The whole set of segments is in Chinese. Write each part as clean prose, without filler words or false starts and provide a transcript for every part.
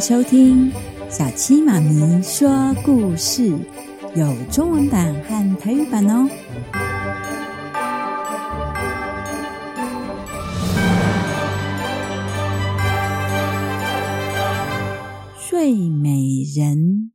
收听小七妈咪说故事，有中文版和台语版哦。睡美人。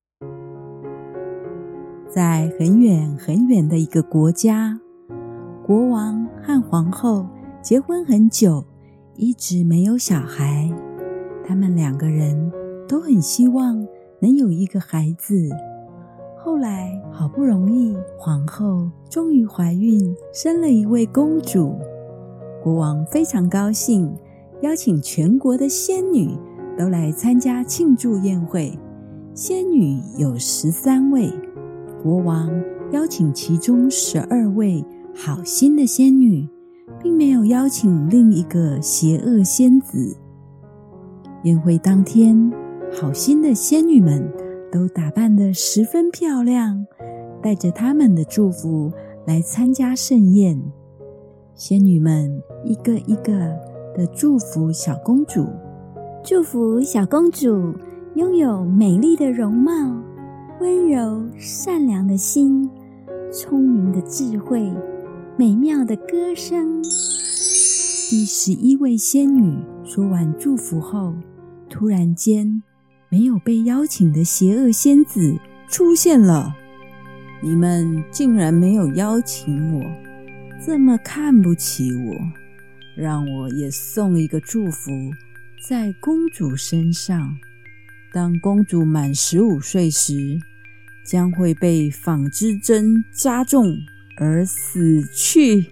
在很远很远的一个国家，国王和皇后结婚很久，一直没有小孩。他们两个人都很希望能有一个孩子。后来好不容易，皇后终于怀孕，生了一位公主。国王非常高兴，邀请全国的仙女都来参加庆祝宴会。仙女有13位，国王邀请其中12位好心的仙女，并没有邀请另一个邪恶仙子。宴会当天，好心的仙女们都打扮得十分漂亮，带着他们的祝福来参加盛宴。仙女们一个一个的祝福小公主， 祝福小公主拥有美丽的容貌、温柔善良的心、聪明的智慧、美妙的歌声。 第11位仙女说完祝福后，突然间，没有被邀请的邪恶仙子出现了。你们竟然没有邀请我，这么看不起我，让我也送一个祝福在公主身上。当公主满15岁时，将会被纺织针扎中而死去。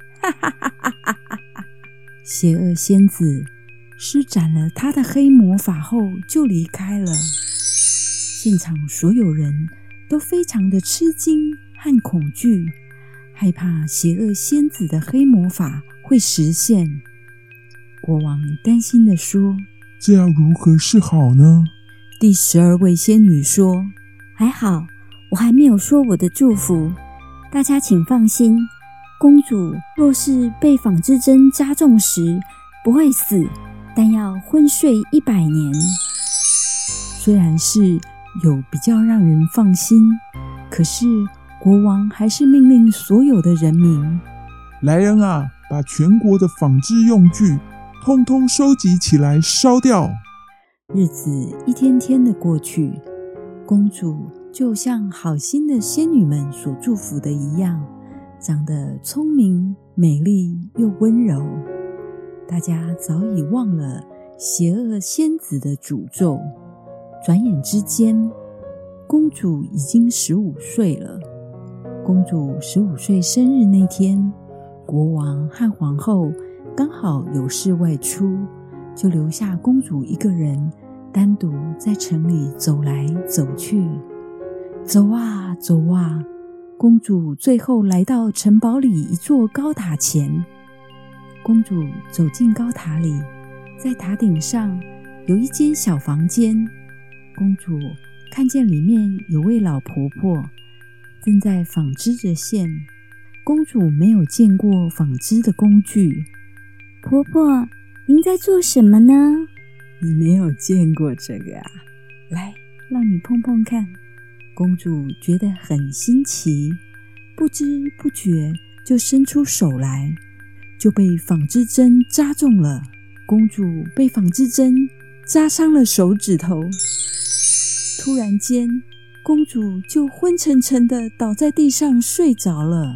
邪恶仙子施展了他的黑魔法后就离开了。现场所有人都非常的吃惊和恐惧，害怕邪恶仙子的黑魔法会实现。国王担心地说， 这要如何是好呢？ 第12位仙女说， 还好，我还没有说我的祝福，大家请放心，公主若是被纺织针扎中时不会死，但要昏睡100年。 虽然是有比较让人放心，可是国王还是命令所有的人民， 来人啊，把全国的纺织用具通通收集起来烧掉。 日子一天天的过去，公主就像好心的仙女们所祝福的一样，长得聪明、美丽又温柔。大家早已忘了邪恶仙子的诅咒。转眼之间，公主已经15岁了。公主15岁生日那天，国王和皇后刚好有事外出，就留下公主一个人单独在城里走来走去。走啊走啊，公主最后来到城堡里一座高塔前。公主走进高塔里，在塔顶上有一间小房间。公主看见里面有位老婆婆正在纺织着线。公主没有见过纺织的工具。 婆婆，您在做什么呢？ 你没有见过这个啊？来，让你碰碰看。公主觉得很新奇，不知不觉就伸出手来，就被纺织针扎中了。公主被纺织针扎伤了手指头。突然间，公主就昏沉沉的倒在地上睡着了。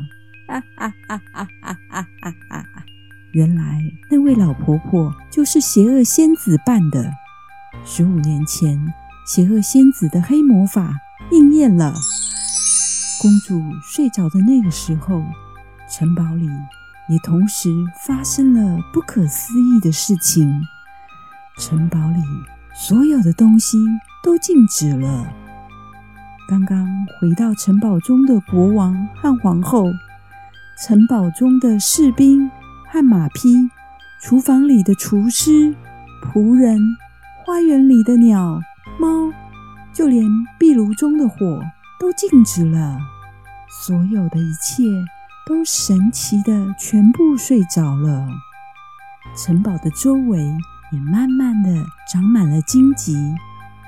原来那位老婆婆就是邪恶仙子扮的。15年前，邪恶仙子的黑魔法应验了。公主睡着的那个时候，城堡里也同时发生了不可思议的事情。城堡里所有的东西都静止了。刚刚回到城堡中的国王和皇后，城堡中的士兵和马匹，厨房里的厨师、仆人，花园里的鸟、猫，就连壁炉中的火都静止了。所有的一切都神奇的全部睡着了。城堡的周围也慢慢的长满了荆棘，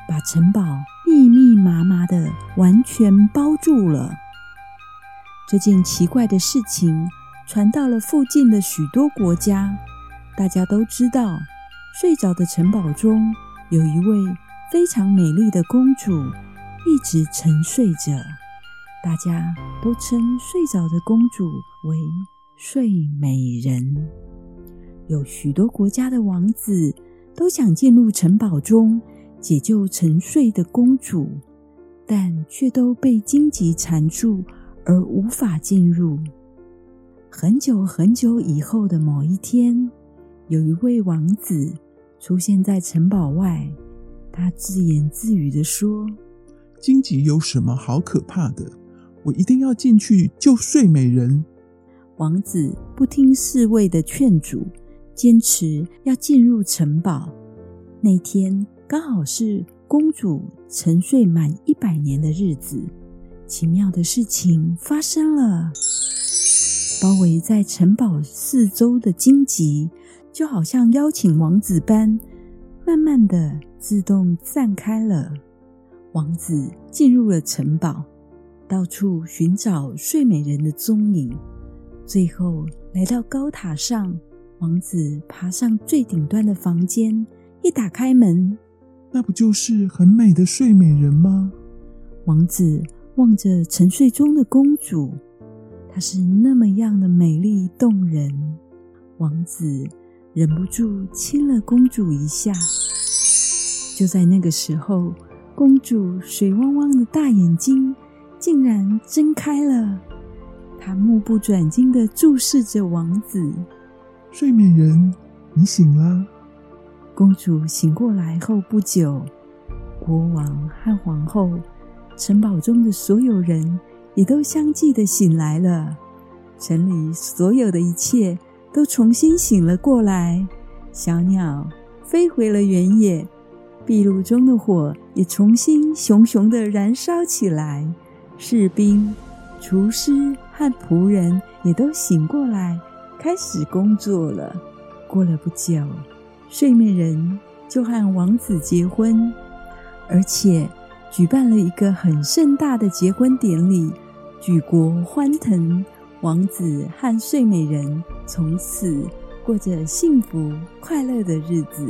把城堡密密麻麻地完全包住了。这件奇怪的事情传到了附近的许多国家，大家都知道，睡着的城堡中有一位非常美丽的公主一直沉睡着，大家都称睡着的公主为睡美人。有许多国家的王子都想进入城堡中解救沉睡的公主，但却都被荆棘缠住而无法进入。很久很久以后的某一天，有一位王子出现在城堡外，他自言自语地说： 荆棘有什么好可怕的？我一定要进去救睡美人。 王子不听侍卫的劝阻，坚持要进入城堡。那天刚好是公主沉睡满100年的日子，奇妙的事情发生了。包围在城堡四周的荆棘就好像邀请王子般，慢慢的自动散开了。王子进入了城堡，到处寻找睡美人的踪影，最后来到高塔上。王子爬上最顶端的房间，一打开门， 那不就是很美的睡美人吗？ 王子望着沉睡中的公主，她是那么样的美丽动人。王子忍不住亲了公主一下。就在那个时候，公主水汪汪的大眼睛竟然睁开了，她目不转睛地注视着王子。 睡美人，你醒了。 公主醒过来后不久，国王和皇后，城堡中的所有人也都相继的醒来了。城里所有的一切都重新醒了过来，小鸟飞回了原野，壁炉中的火也重新熊熊地燃烧起来，士兵、厨师和仆人也都醒过来，开始工作了。过了不久，睡美人就和王子结婚，而且举办了一个很盛大的结婚典礼，举国欢腾。王子和睡美人从此过着幸福快乐的日子。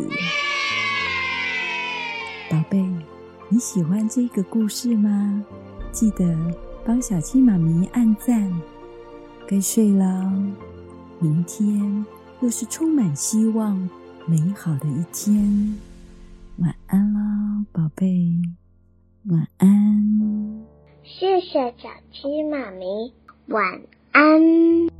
宝贝，你喜欢这个故事吗？记得帮小七妈咪按赞。该睡了，明天又是充满希望美好的一天。晚安了，宝贝，晚安。 谢谢小七妈咪，晚安。